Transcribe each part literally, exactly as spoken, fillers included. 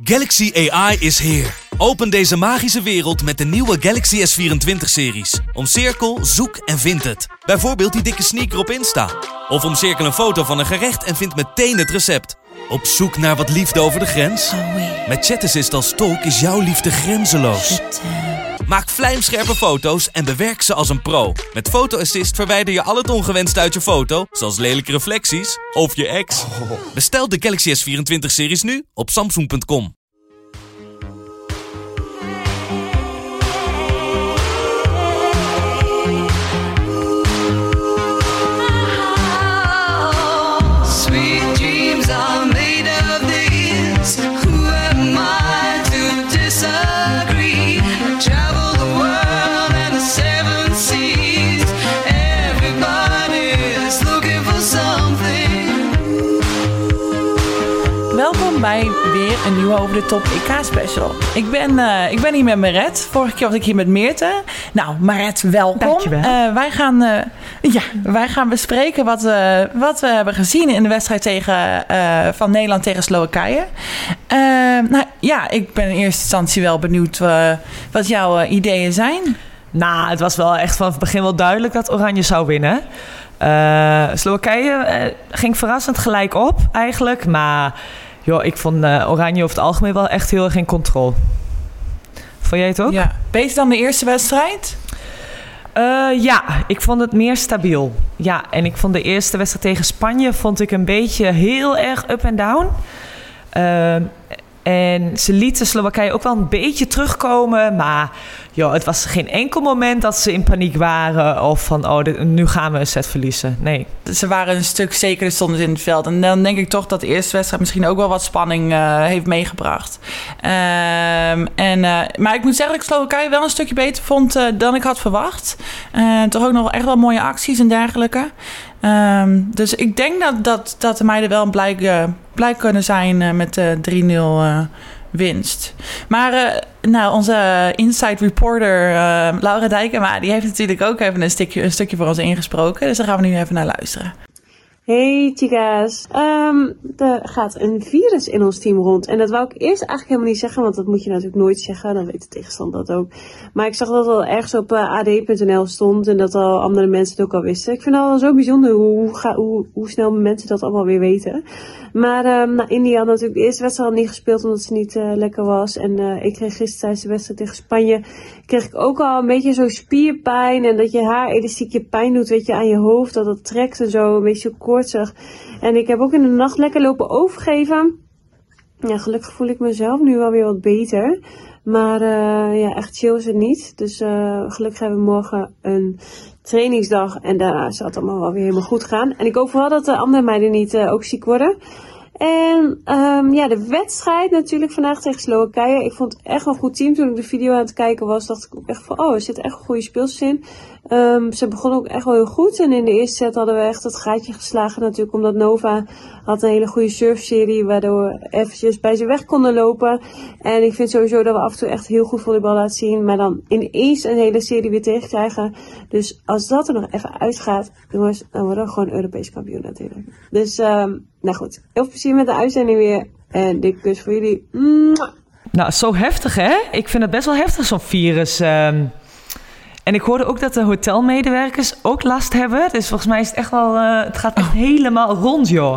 Galaxy A I is here. Open deze magische wereld met de nieuwe Galaxy S vierentwintig-series. Omcirkel, zoek en vind het. Bijvoorbeeld die dikke sneaker op Insta. Of omcirkel een foto van een gerecht en vind meteen het recept. Op zoek naar wat liefde over de grens? Met Chat Assist als tolk is jouw liefde grenzeloos. Maak vlijmscherpe foto's en bewerk ze als een pro. Met Photo Assist verwijder je al het ongewenst uit je foto, zoals lelijke reflecties of je ex. Bestel de Galaxy S vierentwintig-series nu op samsung punt com. Bij weer een nieuwe Over de Top E K-special. Ik ben, uh, ik ben hier met Maret. Vorige keer was ik hier met Meerte. Nou, Maret, welkom. Dankjewel. Uh, wij, gaan, uh, ja, wij gaan bespreken wat, uh, wat we hebben gezien in de wedstrijd tegen, uh, van Nederland tegen Slowakije. Uh, nou ja, ik ben in eerste instantie wel benieuwd uh, wat jouw uh, ideeën zijn. Nou, het was wel echt vanaf het begin wel duidelijk dat Oranje zou winnen. Uh, Slowakije uh, ging verrassend gelijk op eigenlijk, maar... Joh, ik vond uh, Oranje over het algemeen wel echt heel erg in controle. Vond jij het ook? Ja. Beter dan de eerste wedstrijd? Uh, ja, ik vond het meer stabiel. Ja, en ik vond de eerste wedstrijd tegen Spanje... vond ik een beetje heel erg up en down. Uh, en ze lieten Slowakije ook wel een beetje terugkomen. Maar joh, het was geen enkel moment dat ze in paniek waren... of van, oh, dit, nu gaan we een set verliezen. Nee. Ze waren een stuk zekerder stonden in het veld. En dan denk ik toch dat de eerste wedstrijd... misschien ook wel wat spanning uh, heeft meegebracht. Um, en, uh, maar ik moet zeggen dat ik Slowakije wel een stukje beter vond... Uh, dan ik had verwacht. Uh, toch ook nog echt wel mooie acties en dergelijke. Um, dus ik denk dat, dat, dat de meiden wel blij, uh, blij kunnen zijn uh, met de drie nul uh, winst. Maar uh, nou, onze inside reporter uh, Laura Dijkema... die heeft natuurlijk ook even een stukje, een stukje voor ons ingesproken. Dus daar gaan we nu even naar luisteren. Hey chicas, um, er gaat een virus in ons team rond. En dat wou ik eerst eigenlijk helemaal niet zeggen, want dat moet je natuurlijk nooit zeggen. Dan weet de tegenstander dat ook. Maar ik zag dat het al ergens op uh, A D punt N L stond en dat al andere mensen het ook al wisten. Ik vind het al zo bijzonder hoe, hoe, ga, hoe, hoe snel mensen dat allemaal weer weten. Maar um, nou, India had natuurlijk de eerste wedstrijd al niet gespeeld omdat ze niet uh, lekker was. En uh, ik kreeg gisteren tijdens de wedstrijd tegen Spanje, kreeg ik ook al een beetje zo spierpijn. En dat je haarelastiekje pijn doet, weet je, aan je hoofd. Dat het trekt en zo, een beetje zo koortsig. En ik heb ook in de nacht lekker lopen overgeven. Ja, gelukkig voel ik mezelf nu wel weer wat beter. Maar uh, ja, echt chill is het niet. Dus uh, gelukkig hebben we morgen een trainingsdag. En daarna zal het allemaal wel weer helemaal goed gaan. En ik hoop vooral dat de andere meiden niet uh, ook ziek worden. En um, ja, de wedstrijd natuurlijk vandaag tegen Slowakije. Ik vond het echt wel een goed team. Toen ik de video aan het kijken was, dacht ik ook echt van... oh, er zitten echt goede speelsters in. Um, ze begonnen ook echt wel heel goed. En in de eerste set hadden we echt het gaatje geslagen natuurlijk. Omdat Nova had een hele goede surfserie. Waardoor we eventjes bij ze weg konden lopen. En ik vind sowieso dat we af en toe echt heel goed volleybal laten zien. Maar dan ineens een hele serie weer tegenkrijgen. Dus als dat er nog even uitgaat, jongens, dan worden we gewoon Europees kampioen natuurlijk. Dus... Um, Nou goed, heel veel plezier met de uitzending weer. En dikke kus voor jullie. Mwah. Nou, zo heftig hè? Ik vind het best wel heftig, zo'n virus. Um, en ik hoorde ook dat de hotelmedewerkers ook last hebben. Dus volgens mij is het echt wel... Uh, het gaat echt helemaal rond, joh.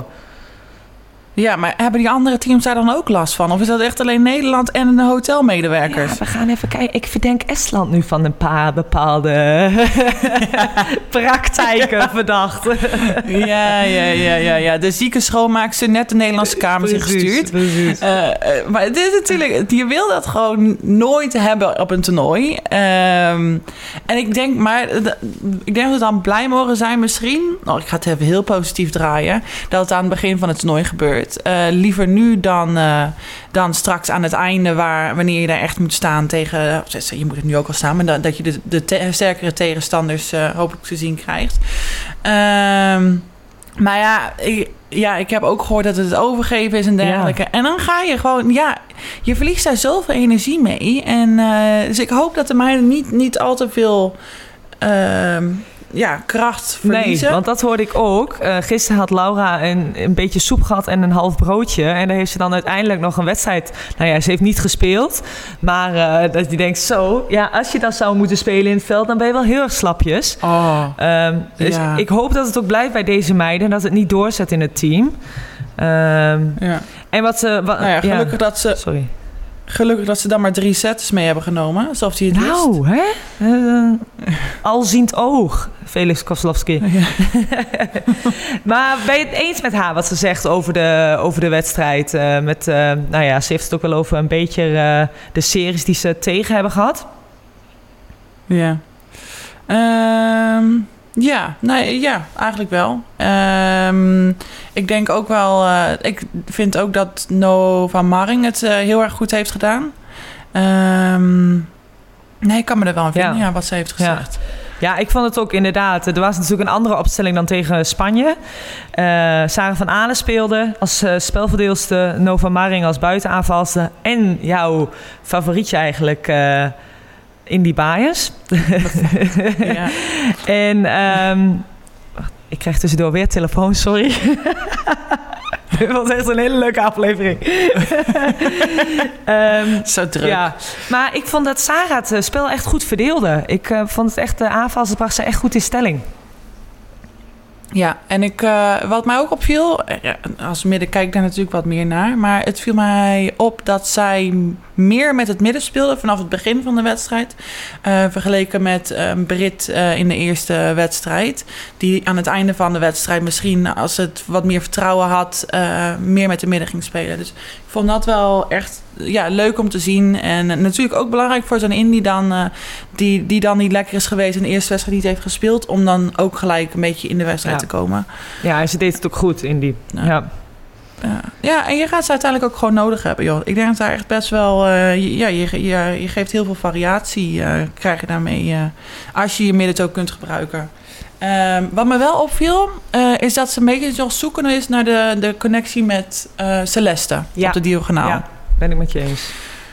Ja, maar hebben die andere teams daar dan ook last van? Of is dat echt alleen Nederland en de hotelmedewerkers? Ja, we gaan even kijken. Ik verdenk Estland nu van een paar bepaalde praktijken verdacht. Ja, ja, ja, ja, ja. De zieke schoonmaakster net de Nederlandse Kamers ingestuurd. Precies. Uh, uh, maar dit is natuurlijk... Je wil dat gewoon nooit hebben op een toernooi. Um, en ik denk, maar... Ik denk dat we dan blij mogen zijn misschien... Oh, ik ga het even heel positief draaien. Dat het aan het begin van het toernooi gebeurt. Uh, liever nu dan, uh, dan straks aan het einde, waar, wanneer je daar echt moet staan tegen... Je moet het nu ook al staan, maar dat, dat je de, de te, sterkere tegenstanders uh, hopelijk te zien krijgt. Um, maar ja ik, ja, ik heb ook gehoord dat het het overgeven is en dergelijke. Ja. En dan ga je gewoon... Ja, je verliest daar zoveel energie mee. En uh, dus ik hoop dat de meiden niet, niet al te veel... Uh, ja, kracht verliezen. Nee, want dat hoorde ik ook. Uh, gisteren had Laura een, een beetje soep gehad en een half broodje. En daar heeft ze dan uiteindelijk nog een wedstrijd... Nou ja, ze heeft niet gespeeld. Maar uh, dat je denkt zo... Ja, als je dat zou moeten spelen in het veld... dan ben je wel heel erg slapjes. Oh, um, dus ja. ik hoop dat het ook blijft bij deze meiden... en dat het niet doorzet in het team. Um, ja. En wat ze... Wat, nou ja, gelukkig ja. dat ze... Sorry. Gelukkig dat ze dan maar drie sets mee hebben genomen. Alsof hij het nou, wist. hè? Uh, alziend oog, Felix Kozlowski. Ja. Maar ben je het eens met haar wat ze zegt over de, over de wedstrijd? Uh, met, uh, nou ja, ze heeft het ook wel over een beetje uh, de series die ze tegen hebben gehad. Ja. Um, ja, nee, ja, eigenlijk wel. Um, ik denk ook wel... Uh, ik vind ook dat Nova Maring het uh, heel erg goed heeft gedaan. Um, nee, ik kan me er wel aan vinden, ja. Ja, wat ze heeft gezegd. Ja. Ja, ik vond het ook inderdaad. Er was natuurlijk een andere opstelling dan tegen Spanje. Uh, Sarah van Aalen speelde als uh, spelverdeelster, Nova Maring als buitenaanvalster en jouw favorietje eigenlijk... Uh, Indy Baaiers. Ja. En um, ik krijg tussendoor weer telefoon, sorry. Dit was echt een hele leuke aflevering. um, Zo druk. Ja. Maar ik vond dat Sarah het uh, spel echt goed verdeelde. Ik uh, vond het echt, de aanval, ze bracht ze echt goed in stelling. Ja, en ik, uh, wat mij ook opviel, ja, als midden kijk ik daar natuurlijk wat meer naar, maar het viel mij op dat zij meer met het midden speelde vanaf het begin van de wedstrijd, uh, vergeleken met uh, Brit uh, in de eerste wedstrijd, die aan het einde van de wedstrijd misschien, als het wat meer vertrouwen had, uh, meer met de midden ging spelen. Dus ik vond dat wel echt ja, leuk om te zien. En uh, natuurlijk ook belangrijk voor zo'n Indy dan, uh, die, die dan niet lekker is geweest en de eerste wedstrijd niet heeft gespeeld, om dan ook gelijk een beetje in de wedstrijd ja. te komen. Ja, en ze deed het ook goed, Indy. Ja. ja. Ja. ja, en je gaat ze uiteindelijk ook gewoon nodig hebben, joh. Ik denk dat daar echt best wel... Uh, ja, je, je, je geeft heel veel variatie, uh, krijg je daarmee, uh, als je je midden ook kunt gebruiken. Uh, wat me wel opviel, uh, is dat ze een beetje nog zoeken is naar de, de connectie met uh, Celeste ja. op de diagonaal. Ja, ben ik met je eens.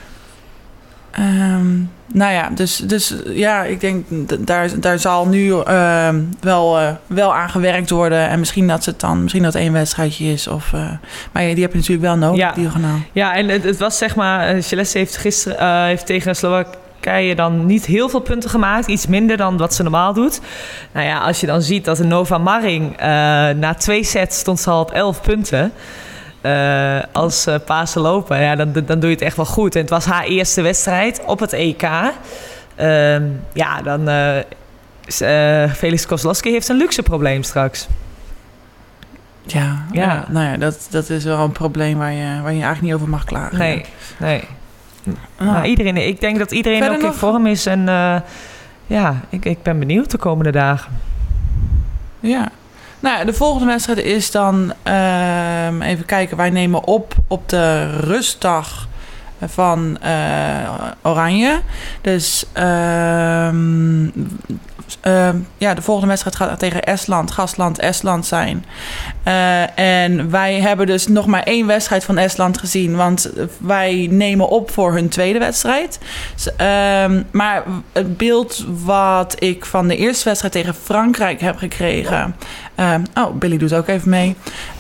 Um, nou ja, dus, dus ja, ik denk d- daar, daar zal nu uh, wel, uh, wel aan gewerkt worden. En misschien dat het dan, misschien dat één wedstrijdje is. Of, uh, maar die heb je natuurlijk wel nodig, ja. diagonaal. Ja, en het, het was zeg maar, uh, Celeste heeft gisteren uh, heeft tegen Slowakije dan niet heel veel punten gemaakt. Iets minder dan wat ze normaal doet. Nou ja, als je dan ziet dat de Nova Maring uh, na twee sets stond ze al op elf punten. Uh, als uh, Pasen lopen, ja, dan, dan doe je het echt wel goed. En het was haar eerste wedstrijd op het E K. Uh, ja, dan... Uh, uh, Felix Kozlowski heeft een luxe probleem straks. Ja, ja. ja nou ja, dat, dat is wel een probleem waar je, waar je eigenlijk niet over mag klagen. Nee, nee. Ah. Nou, iedereen, ik denk dat iedereen Verder ook nog? in vorm is. En uh, ja, ik, ik ben benieuwd de komende dagen. Ja. Nou, de volgende wedstrijd is dan, uh, even kijken, wij nemen op op de rustdag van uh, Oranje. Dus uh, uh, ja, de volgende wedstrijd gaat tegen Estland, gastland Estland zijn. Uh, en wij hebben dus nog maar één wedstrijd van Estland gezien, want wij nemen op voor hun tweede wedstrijd. Dus, uh, maar het beeld wat ik van de eerste wedstrijd tegen Frankrijk heb gekregen... Uh, oh, Billy doet ook even mee.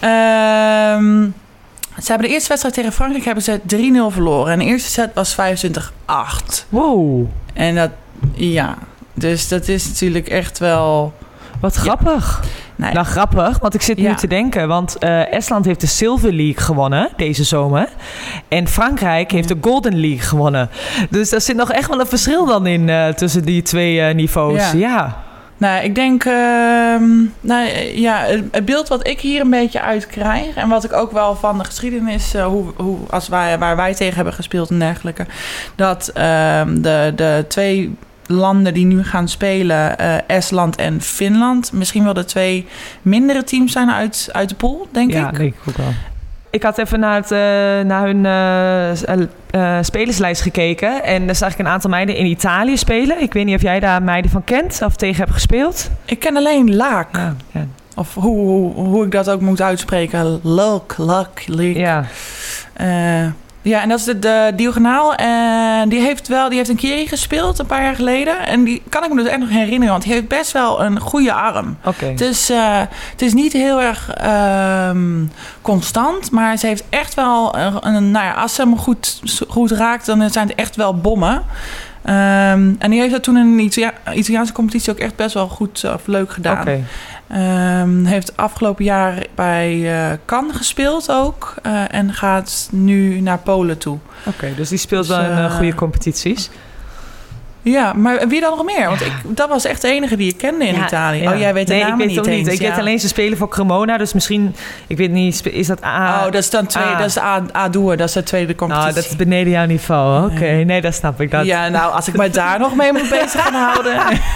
Uh, Ze hebben de eerste wedstrijd tegen Frankrijk hebben ze drie nul verloren. En de eerste set was vijfentwintig acht. Wow. En dat, ja. Dus dat is natuurlijk echt wel... Wat grappig. Ja. Nee. Nou, grappig, want ik zit nu ja. te denken. Want uh, Estland heeft de Silver League gewonnen deze zomer. En Frankrijk heeft de Golden League gewonnen. Dus er zit nog echt wel een verschil dan in uh, tussen die twee uh, niveaus. Ja. ja. Nou, ik denk, uh, nou ja, het beeld wat ik hier een beetje uit krijg en wat ik ook wel van de geschiedenis, uh, hoe, hoe, als wij, waar wij tegen hebben gespeeld en dergelijke, dat uh, de, de twee landen die nu gaan spelen, uh, Estland en Finland, misschien wel de twee mindere teams zijn uit, uit de pool, denk ja, ik. Ja, denk ik ook wel. Ik had even naar, het, uh, naar hun uh, uh, spelerslijst gekeken. En daar zag ik een aantal meiden in Italië spelen. Ik weet niet of jij daar meiden van kent of tegen hebt gespeeld. Ik ken alleen Laak. Ja, ja. Of hoe, hoe, hoe ik dat ook moet uitspreken. Luk, Luk, Leek. Ja. Uh, ja, en dat is de, de diagonaal. die heeft wel, die heeft een keer gespeeld een paar jaar geleden. En die kan ik me dus echt nog herinneren, want die heeft best wel een goede arm. Oké. Het is, uh, het is niet heel erg um, constant, maar ze heeft echt wel, een, een, nou ja, als ze hem goed, goed raakt, dan zijn het echt wel bommen. Um, en die heeft dat toen in een Italia- Italiaanse competitie ook echt best wel goed of leuk gedaan. Okay. Um, heeft afgelopen jaar bij uh, Cannes gespeeld ook. Uh, en gaat nu naar Polen toe. Oké, okay, dus die speelt dus, wel in uh, goede uh, competities. Ja, maar wie dan nog meer? Want ik, dat was echt de enige die ik kende in ja, Italië. Ja. Oh, jij weet de nee, namen ik weet niet het eens. niet. Ik ja. weet alleen ze spelen voor Cremona, dus misschien, ik weet niet, is dat A? Oh, dat is dan twee, A. dat is A, A-Doer, dat is de tweede competitie. Nou, dat is beneden jouw niveau. Oké, okay. Nee, dat snap ik. Dat. Ja, nou, als ik mij daar nog mee moet bezig gaan houden.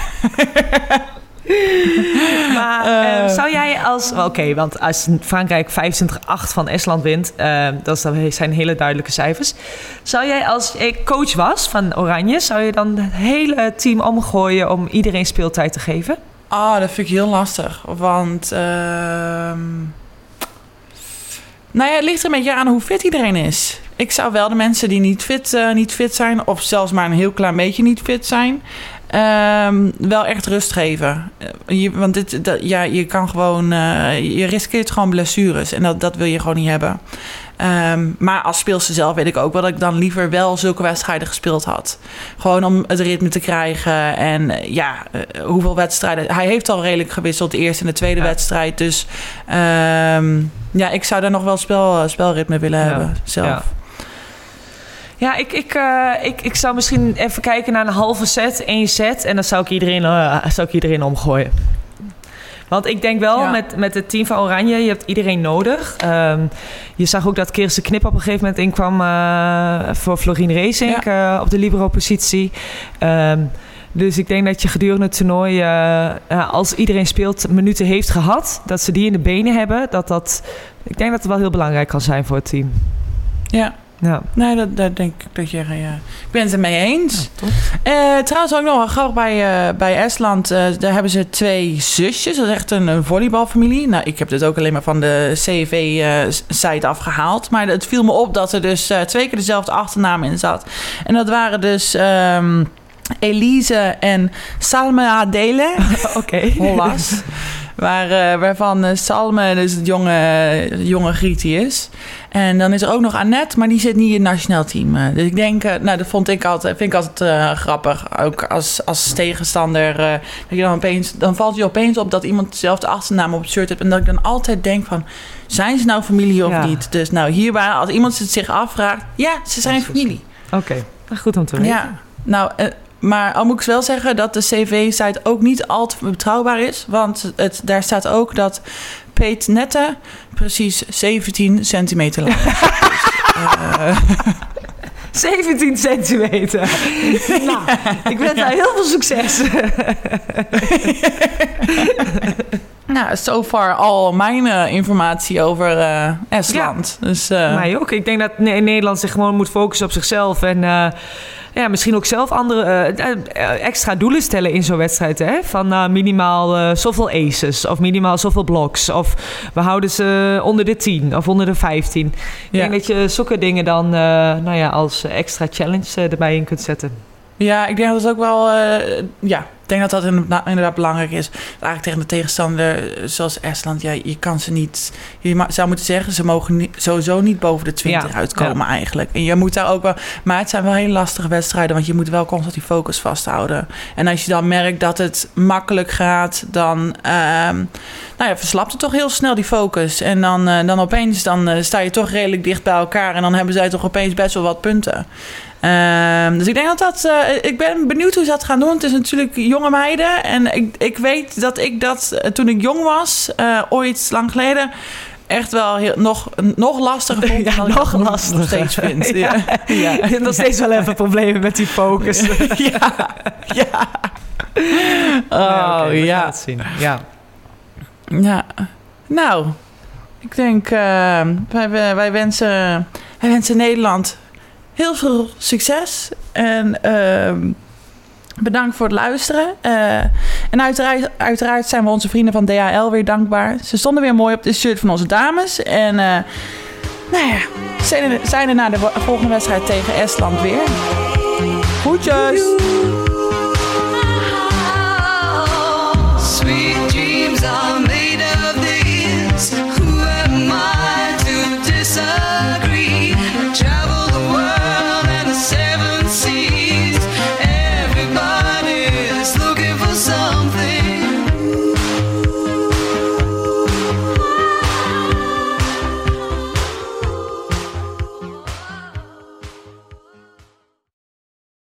Maar uh, uh, zou jij als... Oké, okay, want als Frankrijk vijfentwintig acht van Estland wint... Uh, dat zijn hele duidelijke cijfers. Zou jij als ik coach was van Oranje... zou je dan het hele team omgooien om iedereen speeltijd te geven? Ah, oh, dat vind ik heel lastig. Want... Uh, nou ja, het ligt er een beetje aan hoe fit iedereen is. Ik zou wel de mensen die niet fit, uh, niet fit zijn... of zelfs maar een heel klein beetje niet fit zijn... Um, wel echt rust geven. Uh, je, want dit, dat, ja, je kan gewoon... Uh, je riskeert gewoon blessures. En dat, dat wil je gewoon niet hebben. Um, maar als speelster zelf weet ik ook wel... dat ik dan liever wel zulke wedstrijden gespeeld had. Gewoon om het ritme te krijgen. En uh, ja, uh, hoeveel wedstrijden... Hij heeft al redelijk gewisseld. De eerste en de tweede ja. wedstrijd. Dus um, ja, ik zou daar nog wel spel, spelritme willen ja. hebben zelf. Ja. Ja, ik, ik, uh, ik, ik zou misschien even kijken naar een halve set, één set. En dan zou ik iedereen, uh, zou ik iedereen omgooien. Want ik denk wel, ja. met, met het team van Oranje, je hebt iedereen nodig. Um, je zag ook dat Kirsten Knip op een gegeven moment inkwam uh, voor Florine Reesink ja. uh, op de libero-positie. Um, dus ik denk dat je gedurende het toernooi, uh, uh, als iedereen speelt, minuten heeft gehad. Dat ze die in de benen hebben. Dat dat, ik denk dat het wel heel belangrijk kan zijn voor het team. Ja. Ja. Nee, dat, dat denk ik dat je... Ja, ik ben het ermee eens. Ja, uh, trouwens ook nog wel grappig bij, uh, bij Estland. Uh, daar hebben ze twee zusjes. Dat is echt een, een volleybalfamilie. Nou, ik heb dit ook alleen maar van de C V-site uh, afgehaald. Maar het viel me op dat er dus uh, twee keer dezelfde achternaam in zat. En dat waren dus... Um, Elise en Salme Adele. Oké. Okay. Hollas. Waar, uh, waarvan uh, Salme dus het jonge, uh, jonge Grietie is. En dan is er ook nog Annette, maar die zit niet in het nationaal team. Uh, dus ik denk, uh, nou dat vond ik altijd, vind ik altijd uh, grappig. Ook als, als tegenstander. Uh, dat je dan, opeens, dan valt je opeens op dat iemand dezelfde achternaam op het shirt heeft. En dat ik dan altijd denk van, zijn ze nou familie of ja. niet? Dus nou hierbij, als iemand het zich afvraagt, ja, ze zijn familie. Oké, okay. Goed om te weten. Ja, nou... Uh, Maar al moet ik wel zeggen dat de C V-site ook niet al te betrouwbaar is. Want het, daar staat ook dat Peet Nette precies zeventien centimeter lang is. uh, zeventien centimeter. Nou, ik wens jou heel veel succes. Nou, so far al mijn uh, informatie over uh, Estland. Ja, dus, uh, mij ook. Ik denk dat Nederland zich gewoon moet focussen op zichzelf. En uh, ja, misschien ook zelf andere uh, extra doelen stellen in zo'n wedstrijd. Hè? Van uh, minimaal uh, zoveel aces of minimaal zoveel blocks. Of we houden ze onder de tien of onder de vijftien. Ik ja. denk dat je zulke dingen dan uh, nou ja, als extra challenge uh, erbij in kunt zetten. Ja, ik denk dat het ook wel... Uh, ja, ik denk dat dat inderdaad belangrijk is. Eigenlijk tegen de tegenstander zoals Estland... Ja, je kan ze niet... Je zou moeten zeggen, ze mogen niet, sowieso niet boven de twintig ja, uitkomen ja. eigenlijk. En je moet daar ook wel... Maar het zijn wel hele lastige wedstrijden... want je moet wel constant die focus vasthouden. En als je dan merkt dat het makkelijk gaat... dan um, nou ja, verslapt het toch heel snel die focus. En dan, uh, dan opeens dan, uh, sta je toch redelijk dicht bij elkaar... en dan hebben zij toch opeens best wel wat punten... Um, dus ik denk dat dat... Uh, ik ben benieuwd hoe ze dat gaan doen. Het is natuurlijk jonge meiden. En ik, ik weet dat ik dat uh, toen ik jong was... Uh, ooit lang geleden... echt wel heel, nog, nog lastiger vond. Ja, nog lastiger. Nog steeds vind. Ja. Ja. Ja. Je hebt nog steeds wel even problemen met die focus. Ja. Ja. Oh, ja, okay, we ja. gaan het zien. Ja. Ja. Nou, ik denk... Uh, wij, wij, wensen, wij wensen Nederland... heel veel succes en uh, bedankt voor het luisteren. Uh, en uiteraard, uiteraard zijn we onze vrienden van D H L weer dankbaar. Ze stonden weer mooi op dit shirt van onze dames. En uh, nou ja, zijn er, zijn er na de volgende wedstrijd tegen Estland weer. Groetjes! Doei.